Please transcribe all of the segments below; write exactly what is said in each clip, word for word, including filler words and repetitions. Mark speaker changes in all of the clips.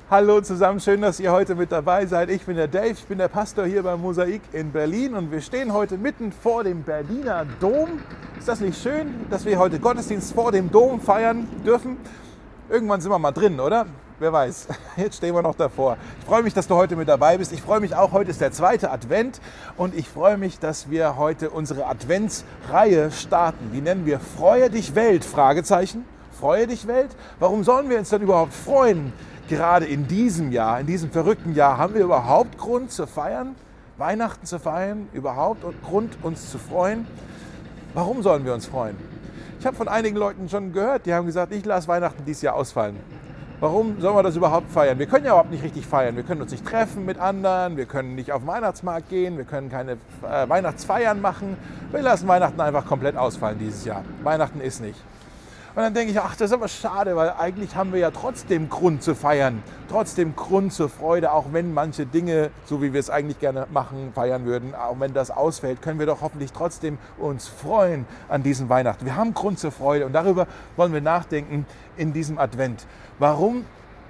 Speaker 1: Hallo zusammen, schön, dass ihr heute mit dabei seid. Ich bin der Dave, ich bin der Pastor hier beim Mosaik in Berlin und wir stehen heute mitten vor dem Berliner Dom. Ist das nicht schön, dass wir heute Gottesdienst vor dem Dom feiern dürfen? Irgendwann sind wir mal drin, oder? Wer weiß, jetzt stehen wir noch davor. Ich freue mich, dass du heute mit dabei bist. Ich freue mich auch, heute ist der zweite Advent und ich freue mich, dass wir heute unsere Adventsreihe starten. Die nennen wir Freue dich Welt, Fragezeichen. Freue dich Welt? Warum sollen wir uns denn überhaupt freuen? Gerade in diesem Jahr, in diesem verrückten Jahr, haben wir überhaupt Grund zu feiern, Weihnachten zu feiern, überhaupt Grund uns zu freuen? Warum sollen wir uns freuen? Ich habe von einigen Leuten schon gehört, die haben gesagt, ich lasse Weihnachten dieses Jahr ausfallen. Warum sollen wir das überhaupt feiern? Wir können ja überhaupt nicht richtig feiern. Wir können uns nicht treffen mit anderen, wir können nicht auf den Weihnachtsmarkt gehen, wir können keine äh, Weihnachtsfeiern machen. Wir lassen Weihnachten einfach komplett ausfallen dieses Jahr. Weihnachten ist nicht. Und dann denke ich, ach, das ist aber schade, weil eigentlich haben wir ja trotzdem Grund zu feiern, trotzdem Grund zur Freude, auch wenn manche Dinge, so wie wir es eigentlich gerne machen, feiern würden, auch wenn das ausfällt, können wir doch hoffentlich trotzdem uns freuen an diesen Weihnachten. Wir haben Grund zur Freude und darüber wollen wir nachdenken in diesem Advent. Warum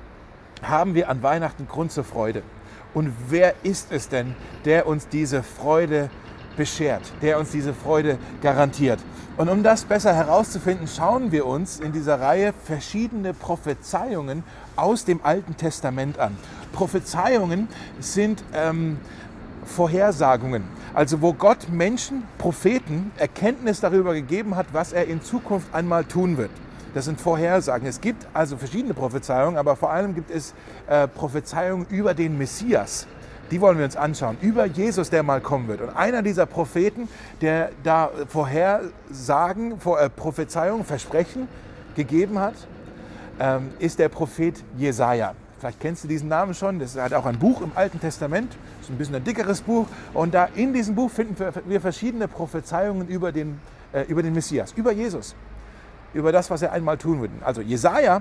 Speaker 1: haben wir an Weihnachten Grund zur Freude? Und wer ist es denn, der uns diese Freude beschert, der uns diese Freude garantiert? Und um das besser herauszufinden, schauen wir uns in dieser Reihe verschiedene Prophezeiungen aus dem Alten Testament an. Prophezeiungen sind ähm, Vorhersagungen, also wo Gott Menschen, Propheten, Erkenntnis darüber gegeben hat, was er in Zukunft einmal tun wird. Das sind Vorhersagen. Es gibt also verschiedene Prophezeiungen, aber vor allem gibt es äh, Prophezeiungen über den Messias. Die wollen wir uns anschauen, über Jesus, der mal kommen wird. Und einer dieser Propheten, der da Vorhersagen, Vor, äh, Prophezeiungen, Versprechen gegeben hat, ähm, ist der Prophet Jesaja. Vielleicht kennst du diesen Namen schon, das hat auch ein Buch im Alten Testament, das ist ein bisschen ein dickeres Buch. Und da in diesem Buch finden wir verschiedene Prophezeiungen über den, äh, über den Messias, über Jesus, über das, was er einmal tun wird. Also Jesaja,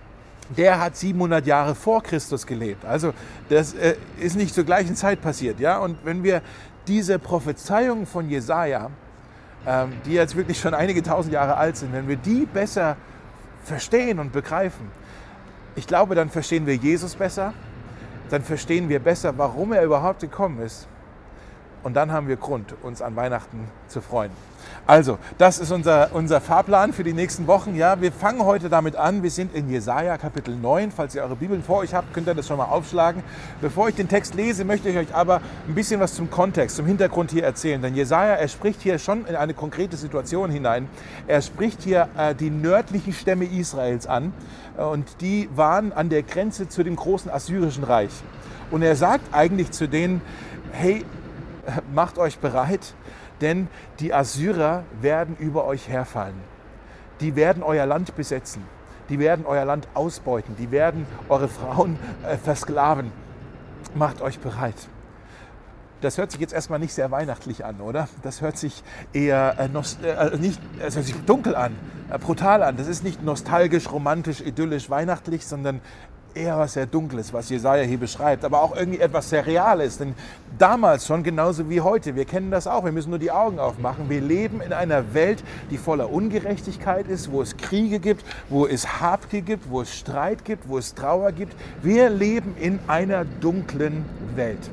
Speaker 1: der hat siebenhundert Jahre vor Christus gelebt. Also das äh, ist nicht zur gleichen Zeit passiert. Ja? Und wenn wir diese Prophezeiungen von Jesaja, ähm, die jetzt wirklich schon einige tausend Jahre alt sind, wenn wir die besser verstehen und begreifen, ich glaube, dann verstehen wir Jesus besser, dann verstehen wir besser, warum er überhaupt gekommen ist. Und dann haben wir Grund, uns an Weihnachten zu freuen. Also, das ist unser, unser Fahrplan für die nächsten Wochen. Ja, wir fangen heute damit an. Wir sind in Jesaja Kapitel neun. Falls ihr eure Bibeln vor euch habt, könnt ihr das schon mal aufschlagen. Bevor ich den Text lese, möchte ich euch aber ein bisschen was zum Kontext, zum Hintergrund hier erzählen. Denn Jesaja, er spricht hier schon in eine konkrete Situation hinein. Er spricht hier äh, die nördlichen Stämme Israels an. Und die waren an der Grenze zu dem großen assyrischen Reich. Und er sagt eigentlich zu denen, hey, macht euch bereit, denn die Assyrer werden über euch herfallen. Die werden euer Land besetzen. Die werden euer Land ausbeuten. Die werden eure Frauen äh, versklaven. Macht euch bereit. Das hört sich jetzt erstmal nicht sehr weihnachtlich an, oder? Das hört sich eher äh, nost- äh, nicht, es hört sich dunkel an, äh, brutal an. Das ist nicht nostalgisch, romantisch, idyllisch, weihnachtlich, sondern eher was sehr Dunkles, was Jesaja hier beschreibt, aber auch irgendwie etwas sehr Reales. Denn damals schon, genauso wie heute, wir kennen das auch, wir müssen nur die Augen aufmachen. Wir leben in einer Welt, die voller Ungerechtigkeit ist, wo es Kriege gibt, wo es Habgier gibt, wo es Streit gibt, wo es Trauer gibt. Wir leben in einer dunklen Welt.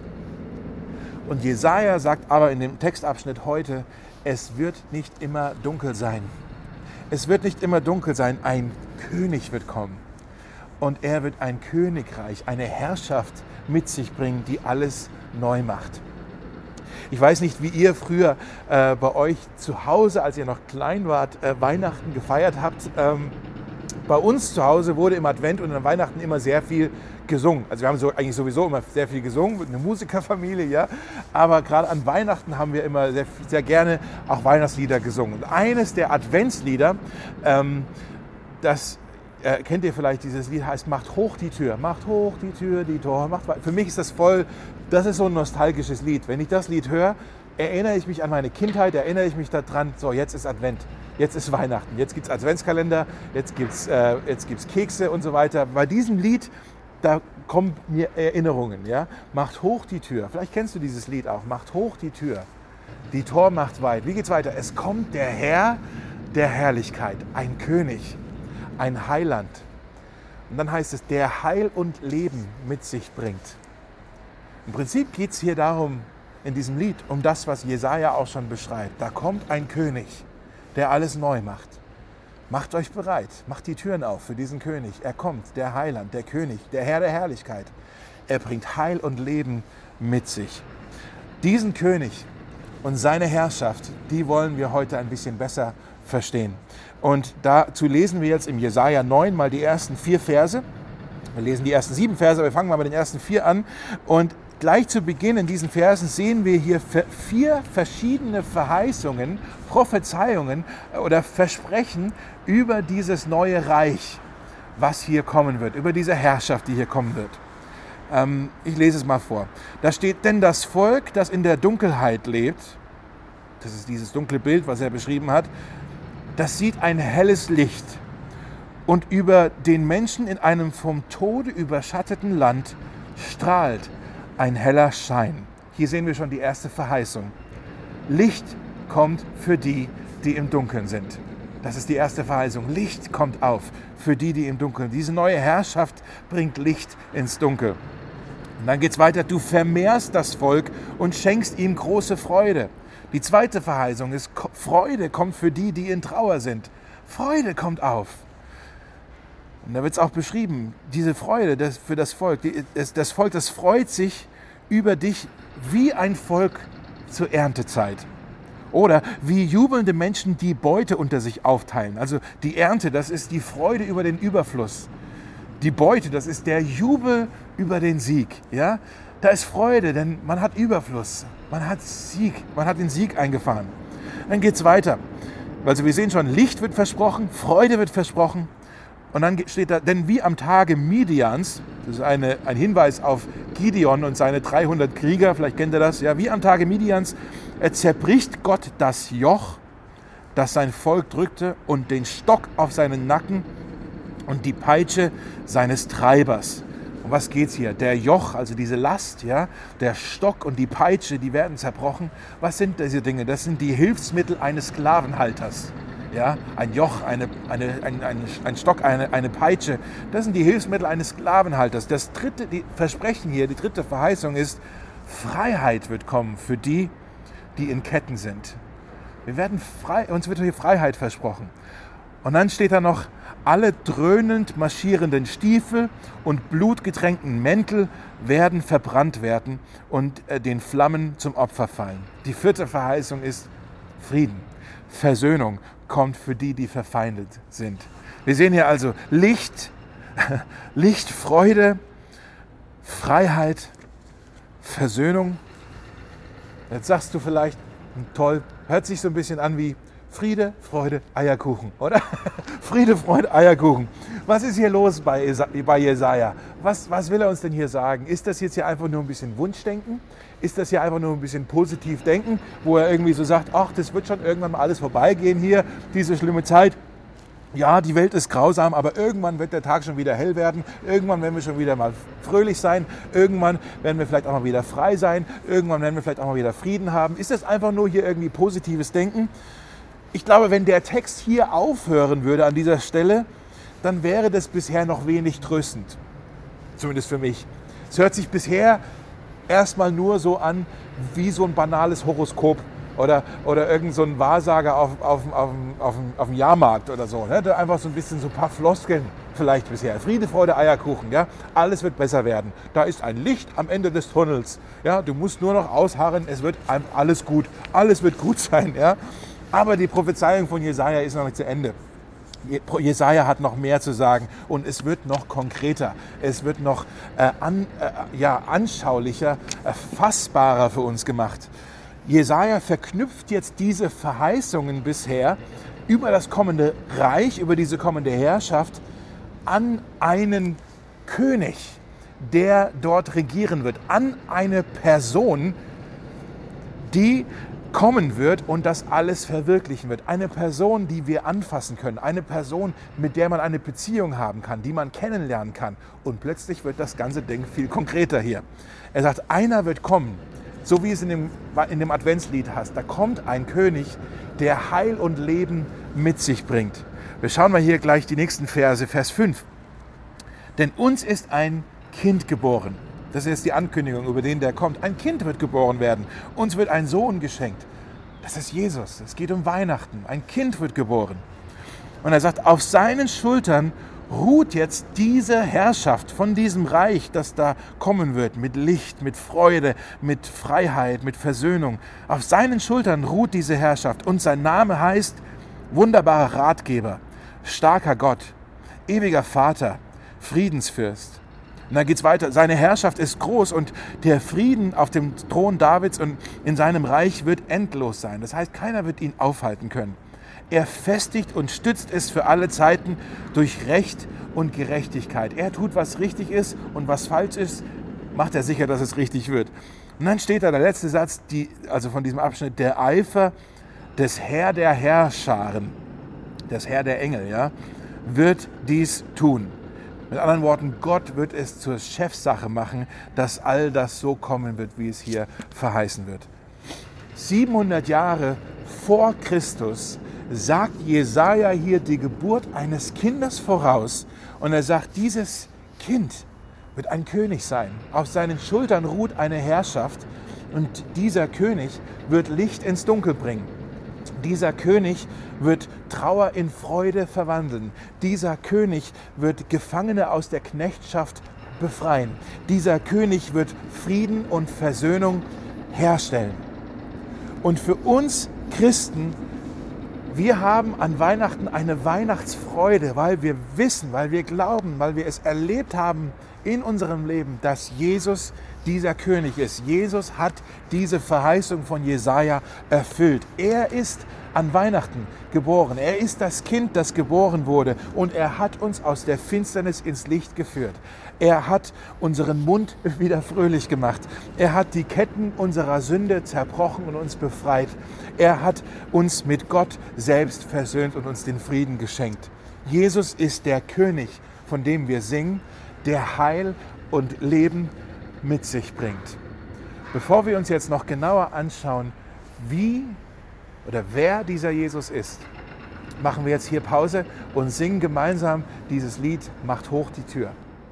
Speaker 1: Und Jesaja sagt aber in dem Textabschnitt heute, es wird nicht immer dunkel sein. Es wird nicht immer dunkel sein. Ein König wird kommen. Und er wird ein Königreich, eine Herrschaft mit sich bringen, die alles neu macht. Ich weiß nicht, wie ihr früher äh, bei euch zu Hause, als ihr noch klein wart, äh, Weihnachten gefeiert habt. Ähm, bei uns zu Hause wurde im Advent und an Weihnachten immer sehr viel gesungen. Also wir haben so, eigentlich sowieso immer sehr viel gesungen, eine Musikerfamilie, ja. Aber gerade an Weihnachten haben wir immer sehr, sehr gerne auch Weihnachtslieder gesungen. Und eines der Adventslieder, ähm, das Äh, kennt ihr vielleicht dieses Lied, heißt Macht hoch die Tür, macht hoch die Tür, die Tor, macht weit. Für mich ist das voll, das ist so ein nostalgisches Lied. Wenn ich das Lied höre, erinnere ich mich an meine Kindheit, erinnere ich mich daran, so jetzt ist Advent, jetzt ist Weihnachten, jetzt gibt es Adventskalender, jetzt gibt es äh, jetzt gibt's Kekse und so weiter. Bei diesem Lied, da kommen mir Erinnerungen, ja. Macht hoch die Tür, vielleicht kennst du dieses Lied auch, macht hoch die Tür, die Tor macht weit. Wie geht's weiter? Es kommt der Herr der Herrlichkeit, ein König, ein Heiland. Und dann heißt es, der Heil und Leben mit sich bringt. Im Prinzip geht es hier darum, in diesem Lied, um das, was Jesaja auch schon beschreibt. Da kommt ein König, der alles neu macht. Macht euch bereit, macht die Türen auf für diesen König. Er kommt, der Heiland, der König, der Herr der Herrlichkeit. Er bringt Heil und Leben mit sich. Diesen König und seine Herrschaft, die wollen wir heute ein bisschen besser verstehen. Und dazu lesen wir jetzt im Jesaja neun mal die ersten vier Verse. Wir lesen die ersten sieben Verse, aber wir fangen mal mit den ersten vier an. Und gleich zu Beginn in diesen Versen sehen wir hier vier verschiedene Verheißungen, Prophezeiungen oder Versprechen über dieses neue Reich, was hier kommen wird, über diese Herrschaft, die hier kommen wird. Ähm, ich lese es mal vor. Da steht, denn das Volk, das in der Dunkelheit lebt, das ist dieses dunkle Bild, was er beschrieben hat, das sieht ein helles Licht. Und über den Menschen in einem vom Tode überschatteten Land strahlt ein heller Schein. Hier sehen wir schon die erste Verheißung. Licht kommt für die, die im Dunkeln sind. Das ist die erste Verheißung. Licht kommt auf für die, die im Dunkeln sind. Diese neue Herrschaft bringt Licht ins Dunkel. Und dann geht es weiter. Du vermehrst das Volk und schenkst ihm große Freude. Die zweite Verheißung ist, Freude kommt für die, die in Trauer sind. Freude kommt auf. Und da wird es auch beschrieben, diese Freude das für das Volk. Die, das, das Volk, das freut sich über dich wie ein Volk zur Erntezeit. Oder wie jubelnde Menschen die Beute unter sich aufteilen. Also die Ernte, das ist die Freude über den Überfluss. Die Beute, das ist der Jubel über den Sieg. Ja? Da ist Freude, denn man hat Überfluss. Man hat Sieg, man hat den Sieg eingefahren. Dann geht es weiter. Also wir sehen schon, Licht wird versprochen, Freude wird versprochen. Und dann steht da, denn wie am Tage Midians, das ist eine, ein Hinweis auf Gideon und seine dreihundert Krieger, vielleicht kennt ihr das, ja, wie am Tage Midians, er zerbricht Gott das Joch, das sein Volk drückte, und den Stock auf seinen Nacken und die Peitsche seines Treibers. Um was geht's hier? Der Joch, also diese Last, ja, der Stock und die Peitsche, die werden zerbrochen. Was sind diese Dinge? Das sind die Hilfsmittel eines Sklavenhalters. Ja, ein Joch, eine, eine, ein, ein, ein Stock, eine, eine Peitsche, das sind die Hilfsmittel eines Sklavenhalters. Das dritte die Versprechen hier, die dritte Verheißung ist, Freiheit wird kommen für die, die in Ketten sind. Wir werden frei, uns wird hier Freiheit versprochen. Und dann steht da noch, alle dröhnend marschierenden Stiefel und blutgetränkten Mäntel werden verbrannt werden und den Flammen zum Opfer fallen. Die vierte Verheißung ist Frieden, Versöhnung kommt für die, die verfeindet sind. Wir sehen hier also Licht, Licht, Freude, Freiheit, Versöhnung. Jetzt sagst du vielleicht, toll, hört sich so ein bisschen an wie Friede, Freude, Eierkuchen, oder? Friede, Freude, Eierkuchen. Was ist hier los bei, bei Jesaja? Was, was will er uns denn hier sagen? Ist das jetzt hier einfach nur ein bisschen Wunschdenken? Ist das hier einfach nur ein bisschen positiv denken, wo er irgendwie so sagt, ach, das wird schon irgendwann mal alles vorbeigehen hier, diese schlimme Zeit. Ja, die Welt ist grausam, aber irgendwann wird der Tag schon wieder hell werden. Irgendwann werden wir schon wieder mal fröhlich sein. Irgendwann werden wir vielleicht auch mal wieder frei sein. Irgendwann werden wir vielleicht auch mal wieder Frieden haben. Ist das einfach nur hier irgendwie positives Denken? Ich glaube, wenn der Text hier aufhören würde an dieser Stelle, dann wäre das bisher noch wenig tröstend. Zumindest für mich. Es hört sich bisher erstmal nur so an wie so ein banales Horoskop oder, oder irgend so ein Wahrsager auf, auf, auf, auf, auf dem Jahrmarkt oder so. Ne? Da einfach so ein bisschen so ein paar Floskeln vielleicht bisher. Friede, Freude, Eierkuchen. Ja? Alles wird besser werden. Da ist ein Licht am Ende des Tunnels. Ja? Du musst nur noch ausharren, es wird einem alles gut. Alles wird gut sein. Ja? Aber die Prophezeiung von Jesaja ist noch nicht zu Ende. Jesaja hat noch mehr zu sagen und es wird noch konkreter, es wird noch äh, an, äh, ja, anschaulicher, äh, fassbarer für uns gemacht. Jesaja verknüpft jetzt diese Verheißungen bisher über das kommende Reich, über diese kommende Herrschaft an einen König, der dort regieren wird, an eine Person, die kommen wird und das alles verwirklichen wird. Eine Person, die wir anfassen können, eine Person, mit der man eine Beziehung haben kann, die man kennenlernen kann. Und plötzlich wird das ganze Ding viel konkreter hier. Er sagt, einer wird kommen, so wie es in dem, in dem Adventslied hast. Da kommt ein König, der Heil und Leben mit sich bringt. Wir schauen mal hier gleich die nächsten Verse, Vers fünf. Denn uns ist ein Kind geboren. Das ist die Ankündigung, über den der kommt. Ein Kind wird geboren werden. Uns wird ein Sohn geschenkt. Das ist Jesus. Es geht um Weihnachten. Ein Kind wird geboren. Und er sagt, auf seinen Schultern ruht jetzt diese Herrschaft von diesem Reich, das da kommen wird, mit Licht, mit Freude, mit Freiheit, mit Versöhnung. Auf seinen Schultern ruht diese Herrschaft und sein Name heißt wunderbarer Ratgeber, starker Gott, ewiger Vater, Friedensfürst. Und dann geht es weiter. Seine Herrschaft ist groß und der Frieden auf dem Thron Davids und in seinem Reich wird endlos sein. Das heißt, keiner wird ihn aufhalten können. Er festigt und stützt es für alle Zeiten durch Recht und Gerechtigkeit. Er tut, was richtig ist, und was falsch ist, macht er sicher, dass es richtig wird. Und dann steht da der letzte Satz, die, also von diesem Abschnitt, der Eifer des Herr der Herrscharen, des Herr der Engel, ja, wird dies tun. Mit anderen Worten, Gott wird es zur Chefsache machen, dass all das so kommen wird, wie es hier verheißen wird. siebenhundert Jahre vor Christus sagt Jesaja hier die Geburt eines Kindes voraus. Und er sagt, dieses Kind wird ein König sein. Auf seinen Schultern ruht eine Herrschaft. Und dieser König wird Licht ins Dunkel bringen. Dieser König wird Trauer in Freude verwandeln. Dieser König wird Gefangene aus der Knechtschaft befreien. Dieser König wird Frieden und Versöhnung herstellen. Und für uns Christen, wir haben an Weihnachten eine Weihnachtsfreude, weil wir wissen, weil wir glauben, weil wir es erlebt haben in unserem Leben, dass Jesus dieser König ist. Jesus hat diese Verheißung von Jesaja erfüllt. Er ist an Weihnachten geboren. Er ist das Kind, das geboren wurde, und er hat uns aus der Finsternis ins Licht geführt. Er hat unseren Mund wieder fröhlich gemacht. Er hat die Ketten unserer Sünde zerbrochen und uns befreit. Er hat uns mit Gott selbst versöhnt und uns den Frieden geschenkt. Jesus ist der König, von dem wir singen, der Heil und Leben mit sich bringt. Bevor wir uns jetzt noch genauer anschauen, wie oder wer dieser Jesus ist, machen wir jetzt hier Pause und singen gemeinsam dieses Lied Macht hoch die Tür.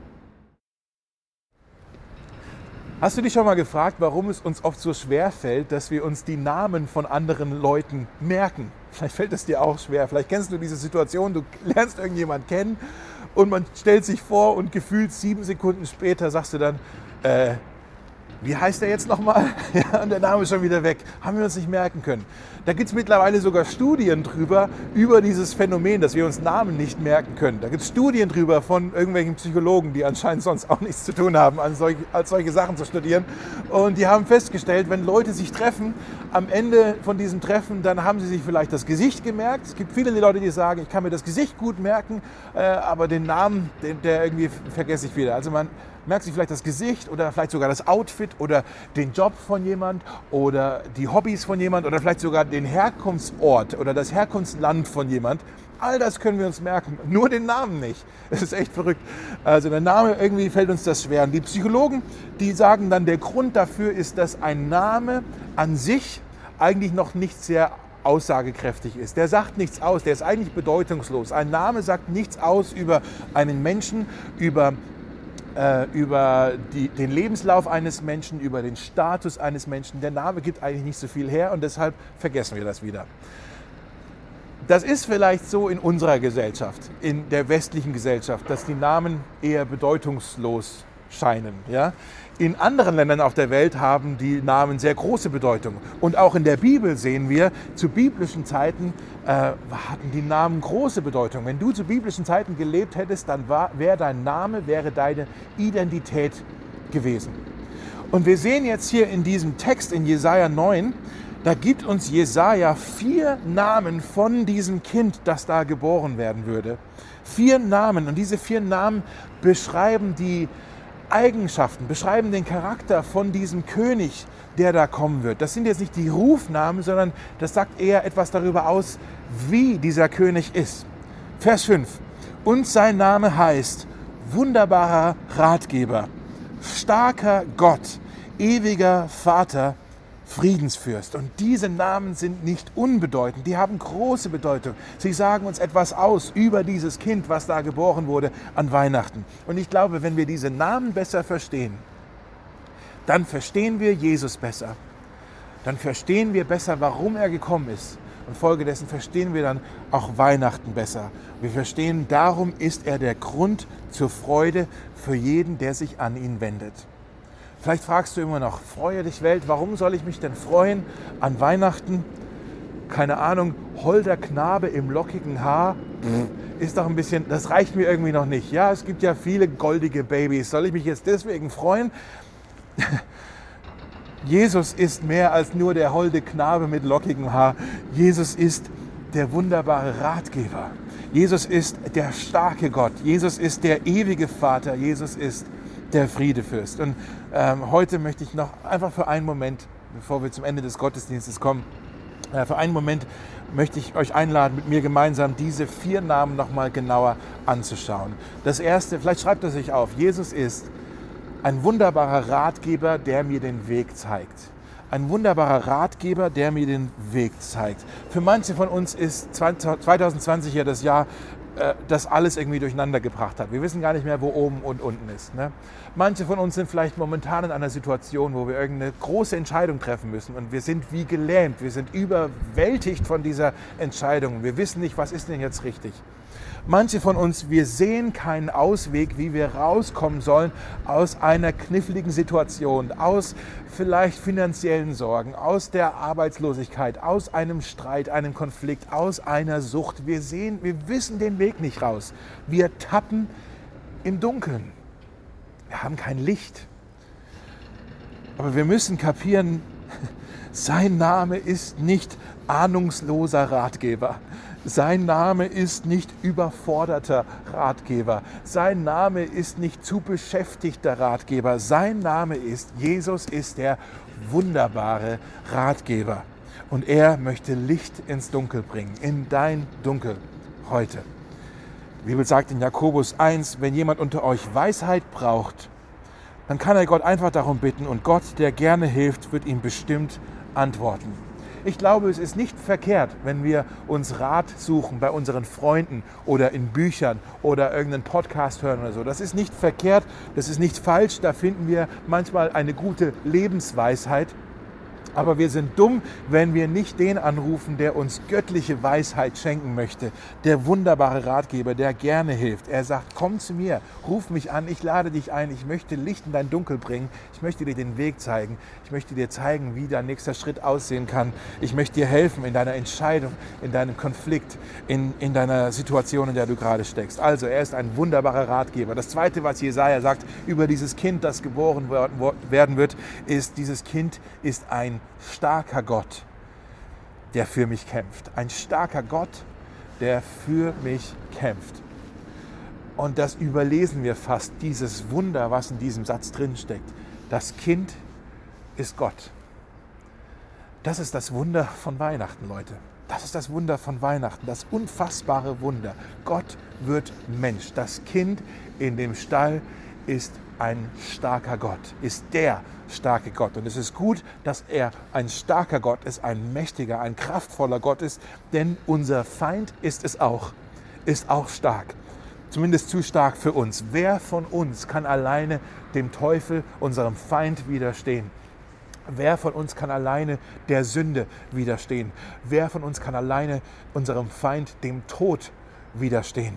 Speaker 1: Hast du dich schon mal gefragt, warum es uns oft so schwer fällt, dass wir uns die Namen von anderen Leuten merken? Vielleicht fällt es dir auch schwer. Vielleicht kennst du diese Situation, du lernst irgendjemanden kennen und man stellt sich vor und gefühlt sieben Sekunden später sagst du dann, äh, wie heißt der jetzt nochmal? Ja, und der Name ist schon wieder weg. Haben wir uns nicht merken können. Da gibt es mittlerweile sogar Studien drüber, über dieses Phänomen, dass wir uns Namen nicht merken können. Da gibt es Studien drüber von irgendwelchen Psychologen, die anscheinend sonst auch nichts zu tun haben, an solch, als solche Sachen zu studieren. Und die haben festgestellt, wenn Leute sich treffen, am Ende von diesem Treffen, dann haben sie sich vielleicht das Gesicht gemerkt. Es gibt viele Leute, die sagen, ich kann mir das Gesicht gut merken, äh, aber den Namen, den, der irgendwie vergesse ich wieder. Also man merkt sich vielleicht das Gesicht oder vielleicht sogar das Outfit oder den Job von jemand oder die Hobbys von jemand oder vielleicht sogar den Herkunftsort oder das Herkunftsland von jemand. All das können wir uns merken, nur den Namen nicht. Das ist echt verrückt. Also der Name, irgendwie fällt uns das schwer. Und die Psychologen, die sagen dann, der Grund dafür ist, dass ein Name an sich eigentlich noch nicht sehr aussagekräftig ist. Der sagt nichts aus, der ist eigentlich bedeutungslos. Ein Name sagt nichts aus über einen Menschen, über über die, den Lebenslauf eines Menschen, über den Status eines Menschen. Der Name gibt eigentlich nicht so viel her und deshalb vergessen wir das wieder. Das ist vielleicht so in unserer Gesellschaft, in der westlichen Gesellschaft, dass die Namen eher bedeutungslos scheinen. Ja? In anderen Ländern auf der Welt haben die Namen sehr große Bedeutung. Und auch in der Bibel sehen wir, zu biblischen Zeiten äh, hatten die Namen große Bedeutung. Wenn du zu biblischen Zeiten gelebt hättest, dann wäre dein Name, wäre deine Identität gewesen. Und wir sehen jetzt hier in diesem Text in Jesaja neun, da gibt uns Jesaja vier Namen von diesem Kind, das da geboren werden würde. Vier Namen. Und diese vier Namen beschreiben die Eigenschaften, beschreiben den Charakter von diesem König, der da kommen wird. Das sind jetzt nicht die Rufnamen, sondern das sagt eher etwas darüber aus, wie dieser König ist. Vers fünf. Und sein Name heißt wunderbarer Ratgeber, starker Gott, ewiger Vater, Friedensfürst. Und diese Namen sind nicht unbedeutend, die haben große Bedeutung. Sie sagen uns etwas aus über dieses Kind, was da geboren wurde an Weihnachten. Und ich glaube, wenn wir diese Namen besser verstehen, dann verstehen wir Jesus besser. Dann verstehen wir besser, warum er gekommen ist. Und folgedessen verstehen wir dann auch Weihnachten besser. Wir verstehen, darum ist er der Grund zur Freude für jeden, der sich an ihn wendet. Vielleicht fragst du immer noch, freue dich Welt, warum soll ich mich denn freuen an Weihnachten? Keine Ahnung, holder Knabe im lockigen Haar, ist doch ein bisschen, das reicht mir irgendwie noch nicht. Ja, es gibt ja viele goldige Babys, soll ich mich jetzt deswegen freuen? Jesus ist mehr als nur der holde Knabe mit lockigem Haar. Jesus ist der wunderbare Ratgeber. Jesus ist der starke Gott. Jesus ist der ewige Vater. Jesus ist der Friedefürst. Und ähm, heute möchte ich noch einfach für einen Moment, bevor wir zum Ende des Gottesdienstes kommen, äh, für einen Moment möchte ich euch einladen, mit mir gemeinsam diese vier Namen nochmal genauer anzuschauen. Das erste, vielleicht schreibt es sich auf, Jesus ist ein wunderbarer Ratgeber, der mir den Weg zeigt. Ein wunderbarer Ratgeber, der mir den Weg zeigt. Für manche von uns ist zwanzig zwanzig ja das Jahr, äh, das alles irgendwie durcheinander gebracht hat. Wir wissen gar nicht mehr, wo oben und unten ist. Ne? Manche von uns sind vielleicht momentan in einer Situation, wo wir irgendeine große Entscheidung treffen müssen und wir sind wie gelähmt. Wir sind überwältigt von dieser Entscheidung. Wir wissen nicht, was ist denn jetzt richtig. Manche von uns, wir sehen keinen Ausweg, wie wir rauskommen sollen aus einer kniffligen Situation, aus vielleicht finanziellen Sorgen, aus der Arbeitslosigkeit, aus einem Streit, einem Konflikt, aus einer Sucht. Wir sehen, wir wissen den Weg nicht raus. Wir tappen im Dunkeln. Wir haben kein Licht. Aber wir müssen kapieren, sein Name ist nicht ahnungsloser Ratgeber. Sein Name ist nicht überforderter Ratgeber. Sein Name ist nicht zu beschäftigter Ratgeber. Sein Name ist, Jesus ist der wunderbare Ratgeber. Und er möchte Licht ins Dunkel bringen, in dein Dunkel heute. Die Bibel sagt in Jakobus eins, wenn jemand unter euch Weisheit braucht, dann kann er Gott einfach darum bitten und Gott, der gerne hilft, wird ihm bestimmt antworten. Ich glaube, es ist nicht verkehrt, wenn wir uns Rat suchen bei unseren Freunden oder in Büchern oder irgendeinen Podcast hören oder so. Das ist nicht verkehrt, das ist nicht falsch, da finden wir manchmal eine gute Lebensweisheit. Aber wir sind dumm, wenn wir nicht den anrufen, der uns göttliche Weisheit schenken möchte. Der wunderbare Ratgeber, der gerne hilft. Er sagt, komm zu mir, ruf mich an, ich lade dich ein, ich möchte Licht in dein Dunkel bringen. Ich möchte dir den Weg zeigen. Ich möchte dir zeigen, wie dein nächster Schritt aussehen kann. Ich möchte dir helfen in deiner Entscheidung, in deinem Konflikt, in, in deiner Situation, in der du gerade steckst. Also, er ist ein wunderbarer Ratgeber. Das Zweite, was Jesaja sagt über dieses Kind, das geboren werden wird, ist, dieses Kind ist ein starker Gott, der für mich kämpft. Ein starker Gott, der für mich kämpft. Und das überlesen wir fast, dieses Wunder, was in diesem Satz drin steckt. Das Kind ist Gott. Das ist das Wunder von Weihnachten, Leute. Das ist das Wunder von Weihnachten, das unfassbare Wunder. Gott wird Mensch. Das Kind in dem Stall ist ein starker Gott, ist der starke Gott. Und es ist gut, dass er ein starker Gott ist, ein mächtiger, ein kraftvoller Gott ist, denn unser Feind ist es auch, ist auch stark. Zumindest zu stark für uns. Wer von uns kann alleine dem Teufel, unserem Feind, widerstehen? Wer von uns kann alleine der Sünde widerstehen? Wer von uns kann alleine unserem Feind, dem Tod, widerstehen?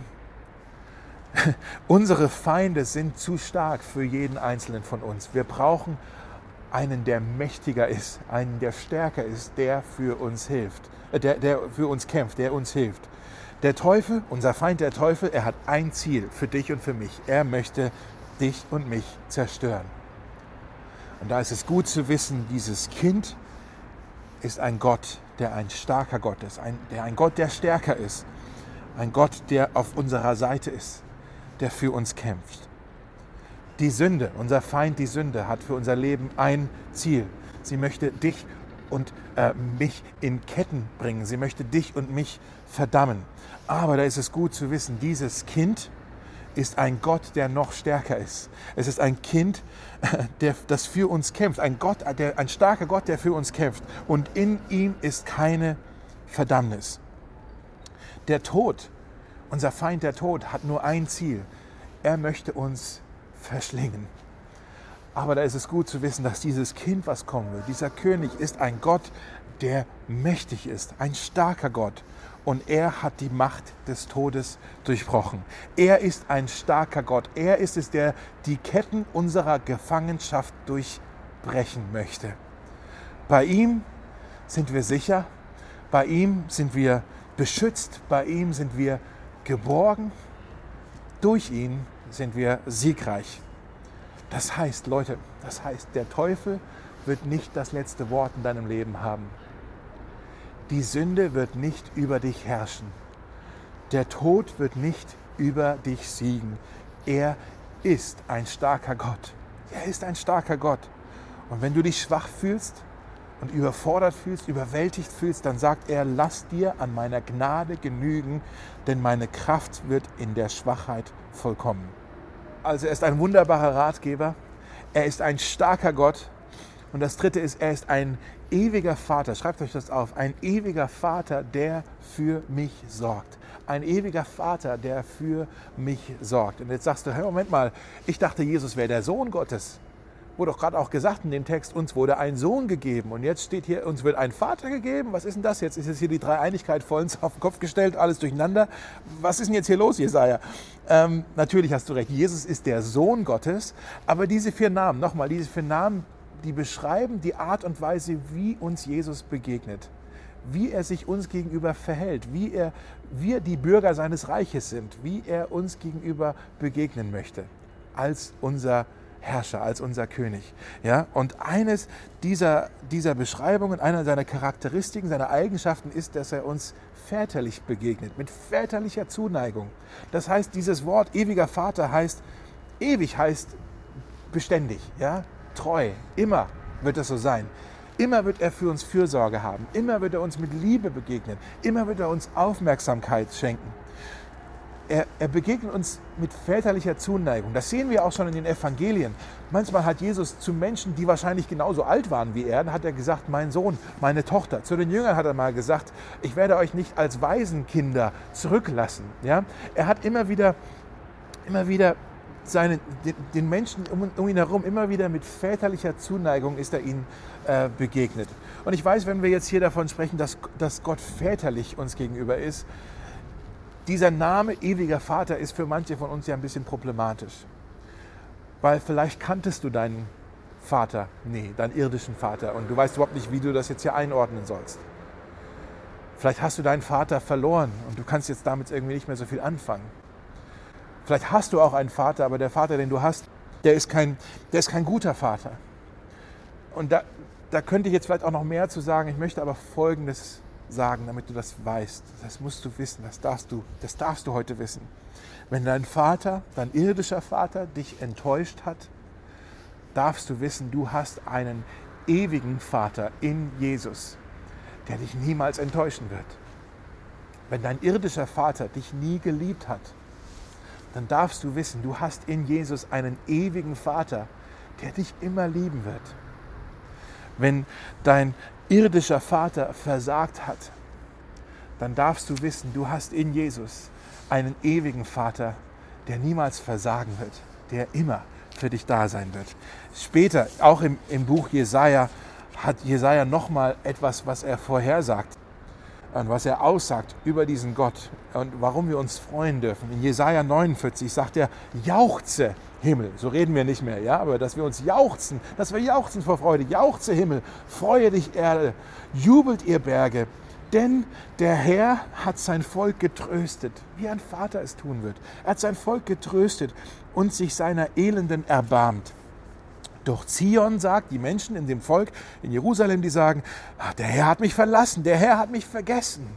Speaker 1: Unsere Feinde sind zu stark für jeden Einzelnen von uns. Wir brauchen einen, der mächtiger ist, einen, der stärker ist, der für uns hilft, äh, der, der für uns kämpft, der uns hilft. Der Teufel, unser Feind, der Teufel, er hat ein Ziel für dich und für mich. Er möchte dich und mich zerstören. Und da ist es gut zu wissen, dieses Kind ist ein Gott, der ein starker Gott ist, ein, der ein Gott, der stärker ist, ein Gott, der auf unserer Seite ist, der für uns kämpft. Die Sünde, unser Feind, die Sünde, hat für unser Leben ein Ziel. Sie möchte dich und äh, mich in Ketten bringen. Sie möchte dich und mich verdammen. Aber da ist es gut zu wissen, dieses Kind ist ein Gott, der noch stärker ist. Es ist ein Kind, der, das für uns kämpft. Ein Gott, der, ein starker Gott, der für uns kämpft. Und in ihm ist keine Verdammnis. Der Tod, unser Feind der Tod, hat nur ein Ziel. Er möchte uns verschlingen. Aber da ist es gut zu wissen, dass dieses Kind, was kommen wird, dieser König, ist ein Gott, der mächtig ist, ein starker Gott. Und er hat die Macht des Todes durchbrochen. Er ist ein starker Gott. Er ist es, der die Ketten unserer Gefangenschaft durchbrechen möchte. Bei ihm sind wir sicher, bei ihm sind wir beschützt, bei ihm sind wir geborgen, durch ihn sind wir siegreich. Das heißt, Leute, das heißt, der Teufel wird nicht das letzte Wort in deinem Leben haben. Die Sünde wird nicht über dich herrschen. Der Tod wird nicht über dich siegen. Er ist ein starker Gott. Er ist ein starker Gott. Und wenn du dich schwach fühlst und überfordert fühlst, überwältigt fühlst, dann sagt er, lass dir an meiner Gnade genügen, denn meine Kraft wird in der Schwachheit vollkommen. Also er ist ein wunderbarer Ratgeber. Er ist ein starker Gott. Und das Dritte ist, er ist ein ewiger Vater. Schreibt euch das auf. Ein ewiger Vater, der für mich sorgt. Ein ewiger Vater, der für mich sorgt. Und jetzt sagst du, hey, Moment mal, ich dachte, Jesus wäre der Sohn Gottes. Wurde doch gerade auch gesagt in dem Text, uns wurde ein Sohn gegeben. Und jetzt steht hier, uns wird ein Vater gegeben. Was ist denn das jetzt? Ist jetzt hier die Dreieinigkeit vollends auf den Kopf gestellt, alles durcheinander? Was ist denn jetzt hier los, Jesaja? Ähm, natürlich hast du recht, Jesus ist der Sohn Gottes. Aber diese vier Namen, nochmal, diese vier Namen, die beschreiben die Art und Weise, wie uns Jesus begegnet. Wie er sich uns gegenüber verhält. Wie er, wir die Bürger seines Reiches sind. Wie er uns gegenüber begegnen möchte. Als unser Herrscher, als unser König. Ja? Und eines dieser, dieser Beschreibungen, einer seiner Charakteristiken, seiner Eigenschaften ist, dass er uns väterlich begegnet, mit väterlicher Zuneigung. Das heißt, dieses Wort ewiger Vater heißt, ewig heißt beständig, ja? Treu, immer wird es so sein. Immer wird er für uns Fürsorge haben, immer wird er uns mit Liebe begegnen, immer wird er uns Aufmerksamkeit schenken. Er, er begegnet uns mit väterlicher Zuneigung. Das sehen wir auch schon in den Evangelien. Manchmal hat Jesus zu Menschen, die wahrscheinlich genauso alt waren wie er, hat er gesagt, mein Sohn, meine Tochter. Zu den Jüngern hat er mal gesagt, ich werde euch nicht als Waisenkinder zurücklassen. Ja? Er hat immer wieder, immer wieder seine, den, den Menschen um, um ihn herum, immer wieder mit väterlicher Zuneigung ist er ihnen äh, begegnet. Und ich weiß, wenn wir jetzt hier davon sprechen, dass, dass Gott väterlich uns gegenüber ist, dieser Name ewiger Vater ist für manche von uns ja ein bisschen problematisch. Weil vielleicht kanntest du deinen Vater, nee, deinen irdischen Vater und du weißt überhaupt nicht, wie du das jetzt hier einordnen sollst. Vielleicht hast du deinen Vater verloren und du kannst jetzt damit irgendwie nicht mehr so viel anfangen. Vielleicht hast du auch einen Vater, aber der Vater, den du hast, der ist kein, der ist kein guter Vater. Und da, da könnte ich jetzt vielleicht auch noch mehr zu sagen. Ich möchte aber Folgendes sagen, damit du das weißt. Das musst du wissen, das darfst du, das darfst du heute wissen. Wenn dein Vater, dein irdischer Vater dich enttäuscht hat, darfst du wissen, du hast einen ewigen Vater in Jesus, der dich niemals enttäuschen wird. Wenn dein irdischer Vater dich nie geliebt hat, dann darfst du wissen, du hast in Jesus einen ewigen Vater, der dich immer lieben wird. Wenn dein irdischer Vater versagt hat, dann darfst du wissen, du hast in Jesus einen ewigen Vater, der niemals versagen wird, der immer für dich da sein wird. Später, auch im, im Buch Jesaja, hat Jesaja nochmal etwas, was er vorhersagt und was er aussagt über diesen Gott und warum wir uns freuen dürfen. In Jesaja neunundvierzig sagt er, jauchze Himmel, so reden wir nicht mehr, ja, aber dass wir uns jauchzen, dass wir jauchzen vor Freude, jauchze Himmel, freue dich Erde, jubelt ihr Berge, denn der Herr hat sein Volk getröstet, wie ein Vater es tun wird. Er hat sein Volk getröstet und sich seiner Elenden erbarmt. Doch Zion sagt, die Menschen in dem Volk in Jerusalem, die sagen, ach, der Herr hat mich verlassen, der Herr hat mich vergessen.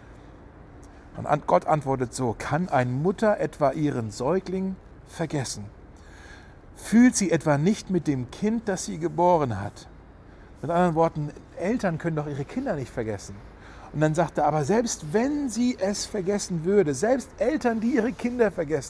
Speaker 1: Und Gott antwortet so, kann eine Mutter etwa ihren Säugling vergessen? Fühlt sie etwa nicht mit dem Kind, das sie geboren hat? Mit anderen Worten, Eltern können doch ihre Kinder nicht vergessen. Und dann sagt er, aber selbst wenn sie es vergessen würde, selbst Eltern, die ihre Kinder vergessen,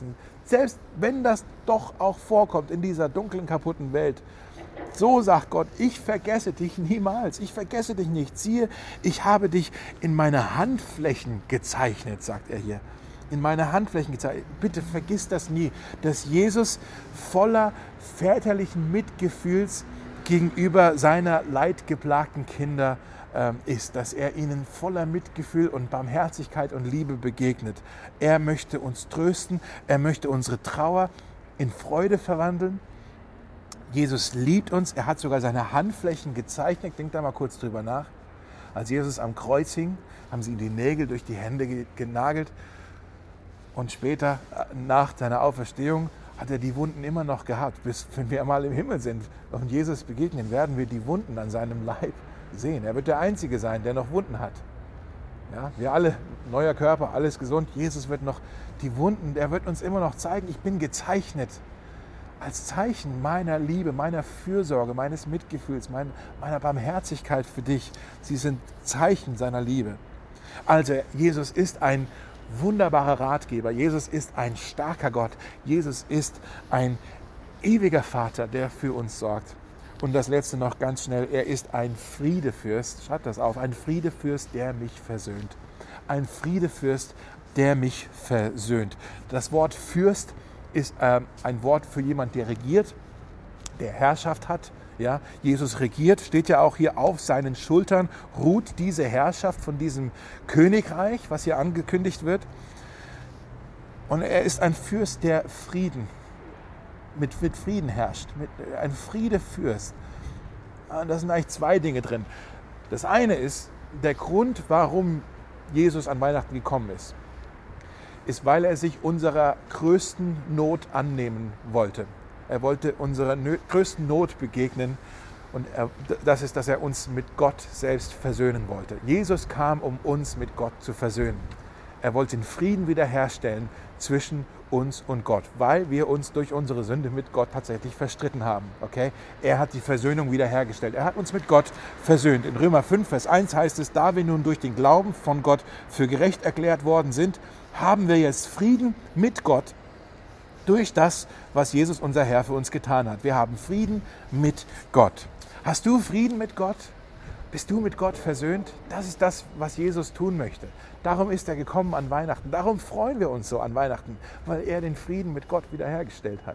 Speaker 1: Selbst wenn das doch auch vorkommt in dieser dunklen, kaputten Welt, so sagt Gott, ich vergesse dich niemals, ich vergesse dich nicht. Siehe, ich habe dich in meine Handflächen gezeichnet, sagt er hier. In meine Handflächen gezeichnet. Bitte vergiss das nie, dass Jesus voller väterlichen Mitgefühls gegenüber seiner leidgeplagten Kinder äh, ist, dass er ihnen voller Mitgefühl und Barmherzigkeit und Liebe begegnet. Er möchte uns trösten, er möchte unsere Trauer in Freude verwandeln. Jesus liebt uns, er hat sogar seine Handflächen gezeichnet. Denkt da mal kurz drüber nach. Als Jesus am Kreuz hing, haben sie ihm die Nägel durch die Hände genagelt. Und später, nach seiner Auferstehung, hat er die Wunden immer noch gehabt. Bis wenn wir einmal im Himmel sind und Jesus begegnen, werden wir die Wunden an seinem Leib sehen. Er wird der Einzige sein, der noch Wunden hat. Ja, wir alle, neuer Körper, alles gesund. Jesus wird noch die Wunden, er wird uns immer noch zeigen, ich bin gezeichnet. Als Zeichen meiner Liebe, meiner Fürsorge, meines Mitgefühls, meiner Barmherzigkeit für dich. Sie sind Zeichen seiner Liebe. Also Jesus ist ein wunderbarer Ratgeber. Jesus ist ein starker Gott. Jesus ist ein ewiger Vater, der für uns sorgt. Und das letzte noch ganz schnell. Er ist ein Friedefürst. Schreibt das auf. Ein Friedefürst, der mich versöhnt. Ein Friedefürst, der mich versöhnt. Das Wort Fürst ist äh, ein Wort für jemand, der regiert, der Herrschaft hat. Ja, Jesus regiert, steht ja auch hier, auf seinen Schultern ruht diese Herrschaft von diesem Königreich, was hier angekündigt wird. Und er ist ein Fürst, der Frieden, mit, mit Frieden herrscht, mit, ein Friedefürst. Da sind eigentlich zwei Dinge drin. Das eine ist, der Grund, warum Jesus an Weihnachten gekommen ist, ist, weil er sich unserer größten Not annehmen wollte. Er wollte unserer größten Not begegnen und er, das ist, dass er uns mit Gott selbst versöhnen wollte. Jesus kam, um uns mit Gott zu versöhnen. Er wollte den Frieden wiederherstellen zwischen uns und Gott, weil wir uns durch unsere Sünde mit Gott tatsächlich verstritten haben. Okay? Er hat die Versöhnung wiederhergestellt. Er hat uns mit Gott versöhnt. In Römer fünf, Vers eins heißt es, da wir nun durch den Glauben von Gott für gerecht erklärt worden sind, haben wir jetzt Frieden mit Gott durch das, was Jesus, unser Herr, für uns getan hat. Wir haben Frieden mit Gott. Hast du Frieden mit Gott? Bist du mit Gott versöhnt? Das ist das, was Jesus tun möchte. Darum ist er gekommen an Weihnachten. Darum freuen wir uns so an Weihnachten, weil er den Frieden mit Gott wiederhergestellt hat.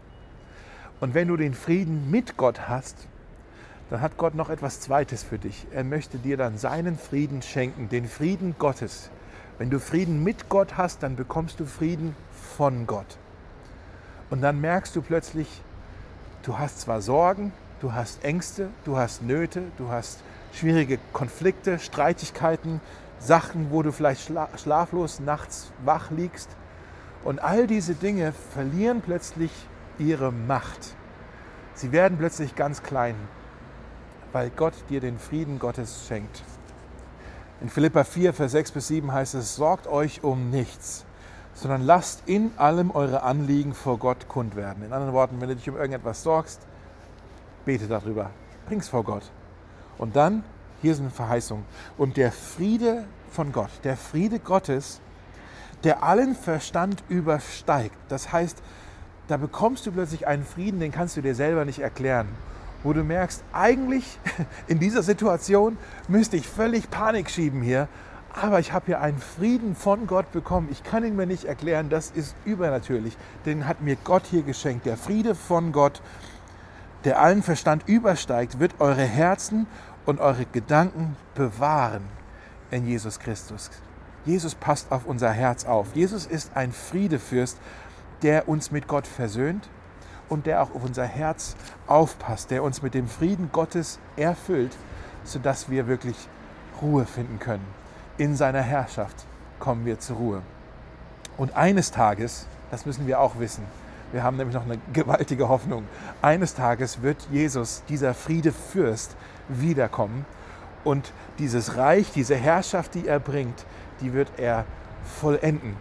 Speaker 1: Und wenn du den Frieden mit Gott hast, dann hat Gott noch etwas Zweites für dich. Er möchte dir dann seinen Frieden schenken, den Frieden Gottes. Wenn du Frieden mit Gott hast, dann bekommst du Frieden von Gott. Und dann merkst du plötzlich, du hast zwar Sorgen, du hast Ängste, du hast Nöte, du hast schwierige Konflikte, Streitigkeiten, Sachen, wo du vielleicht schla- schlaflos nachts wach liegst. Und all diese Dinge verlieren plötzlich ihre Macht. Sie werden plötzlich ganz klein, weil Gott dir den Frieden Gottes schenkt. In Philipper vier, Vers sechs bis sieben heißt es, sorgt euch um nichts, sondern lasst in allem eure Anliegen vor Gott kund werden. In anderen Worten, wenn du dich um irgendetwas sorgst, bete darüber, bring's vor Gott. Und dann, hier ist eine Verheißung, und der Friede von Gott, der Friede Gottes, der allen Verstand übersteigt. Das heißt, da bekommst du plötzlich einen Frieden, den kannst du dir selber nicht erklären. Wo du merkst, eigentlich in dieser Situation müsste ich völlig Panik schieben hier, aber ich habe hier einen Frieden von Gott bekommen. Ich kann ihn mir nicht erklären, das ist übernatürlich. Den hat mir Gott hier geschenkt. Der Friede von Gott, der allen Verstand übersteigt, wird eure Herzen und eure Gedanken bewahren in Jesus Christus. Jesus passt auf unser Herz auf. Jesus ist ein Friedefürst, der uns mit Gott versöhnt und der auch auf unser Herz aufpasst, der uns mit dem Frieden Gottes erfüllt, sodass wir wirklich Ruhe finden können. In seiner Herrschaft kommen wir zur Ruhe. Und eines Tages, das müssen wir auch wissen, wir haben nämlich noch eine gewaltige Hoffnung, eines Tages wird Jesus, dieser Friedefürst, wiederkommen und dieses Reich, diese Herrschaft, die er bringt, die wird er vollenden.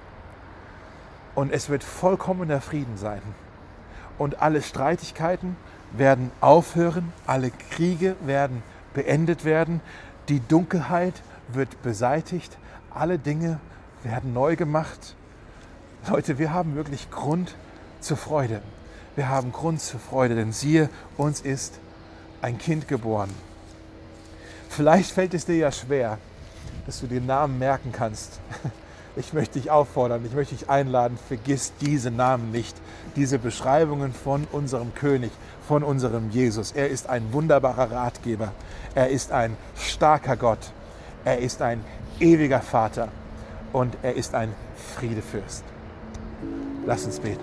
Speaker 1: Und es wird vollkommener Frieden sein. Und alle Streitigkeiten werden aufhören, alle Kriege werden beendet werden, die Dunkelheit wird beseitigt, alle Dinge werden neu gemacht Leute, wir haben wirklich Grund zur Freude. Wir haben Grund zur Freude, denn siehe, uns ist ein Kind geboren. Vielleicht fällt es dir ja schwer, dass du den Namen merken kannst. Ich möchte dich auffordern, ich möchte dich einladen, vergiss diese Namen nicht, diese Beschreibungen von unserem König, von unserem Jesus. Er ist ein wunderbarer Ratgeber, er ist ein starker Gott, er ist ein ewiger Vater und er ist ein Friedefürst. Lass uns beten.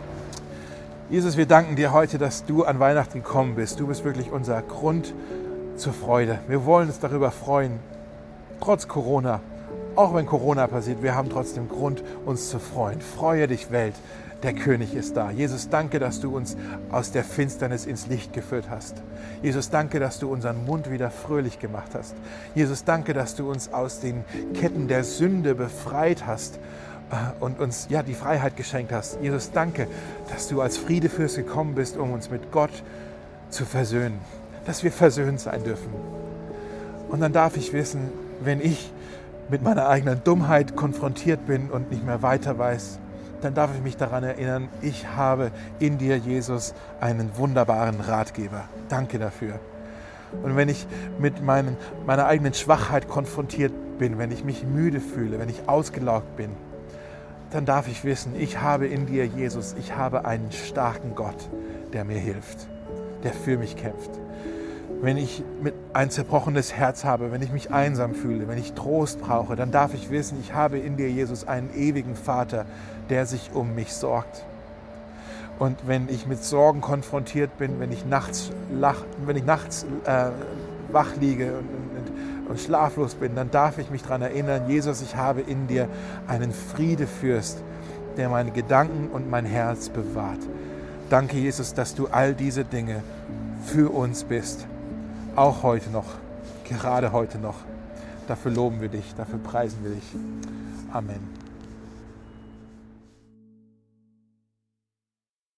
Speaker 1: Jesus, wir danken dir heute, dass du an Weihnachten gekommen bist. Du bist wirklich unser Grund zur Freude. Wir wollen uns darüber freuen, trotz Corona. Auch wenn Corona passiert, wir haben trotzdem Grund, uns zu freuen. Freue dich, Welt, der König ist da. Jesus, danke, dass du uns aus der Finsternis ins Licht geführt hast. Jesus, danke, dass du unseren Mund wieder fröhlich gemacht hast. Jesus, danke, dass du uns aus den Ketten der Sünde befreit hast und uns ja die Freiheit geschenkt hast. Jesus, danke, dass du als Friedefürst gekommen bist, um uns mit Gott zu versöhnen, dass wir versöhnt sein dürfen. Und dann darf ich wissen, wenn ich mit meiner eigenen Dummheit konfrontiert bin und nicht mehr weiter weiß, dann darf ich mich daran erinnern, ich habe in dir, Jesus, einen wunderbaren Ratgeber. Danke dafür. Und wenn ich mit meinen, meiner eigenen Schwachheit konfrontiert bin, wenn ich mich müde fühle, wenn ich ausgelaugt bin, dann darf ich wissen, ich habe in dir, Jesus, ich habe einen starken Gott, der mir hilft, der für mich kämpft. Wenn ich mit ein zerbrochenes Herz habe, wenn ich mich einsam fühle, wenn ich Trost brauche, dann darf ich wissen, ich habe in dir, Jesus, einen ewigen Vater, der sich um mich sorgt. Und wenn ich mit Sorgen konfrontiert bin, wenn ich nachts, lach, wenn ich nachts äh, wach liege und, und, und schlaflos bin, dann darf ich mich daran erinnern, Jesus, ich habe in dir einen Friedefürst, der meine Gedanken und mein Herz bewahrt. Danke, Jesus, dass du all diese Dinge für uns bist. Auch heute noch, gerade heute noch. Dafür loben wir dich, dafür preisen wir dich. Amen.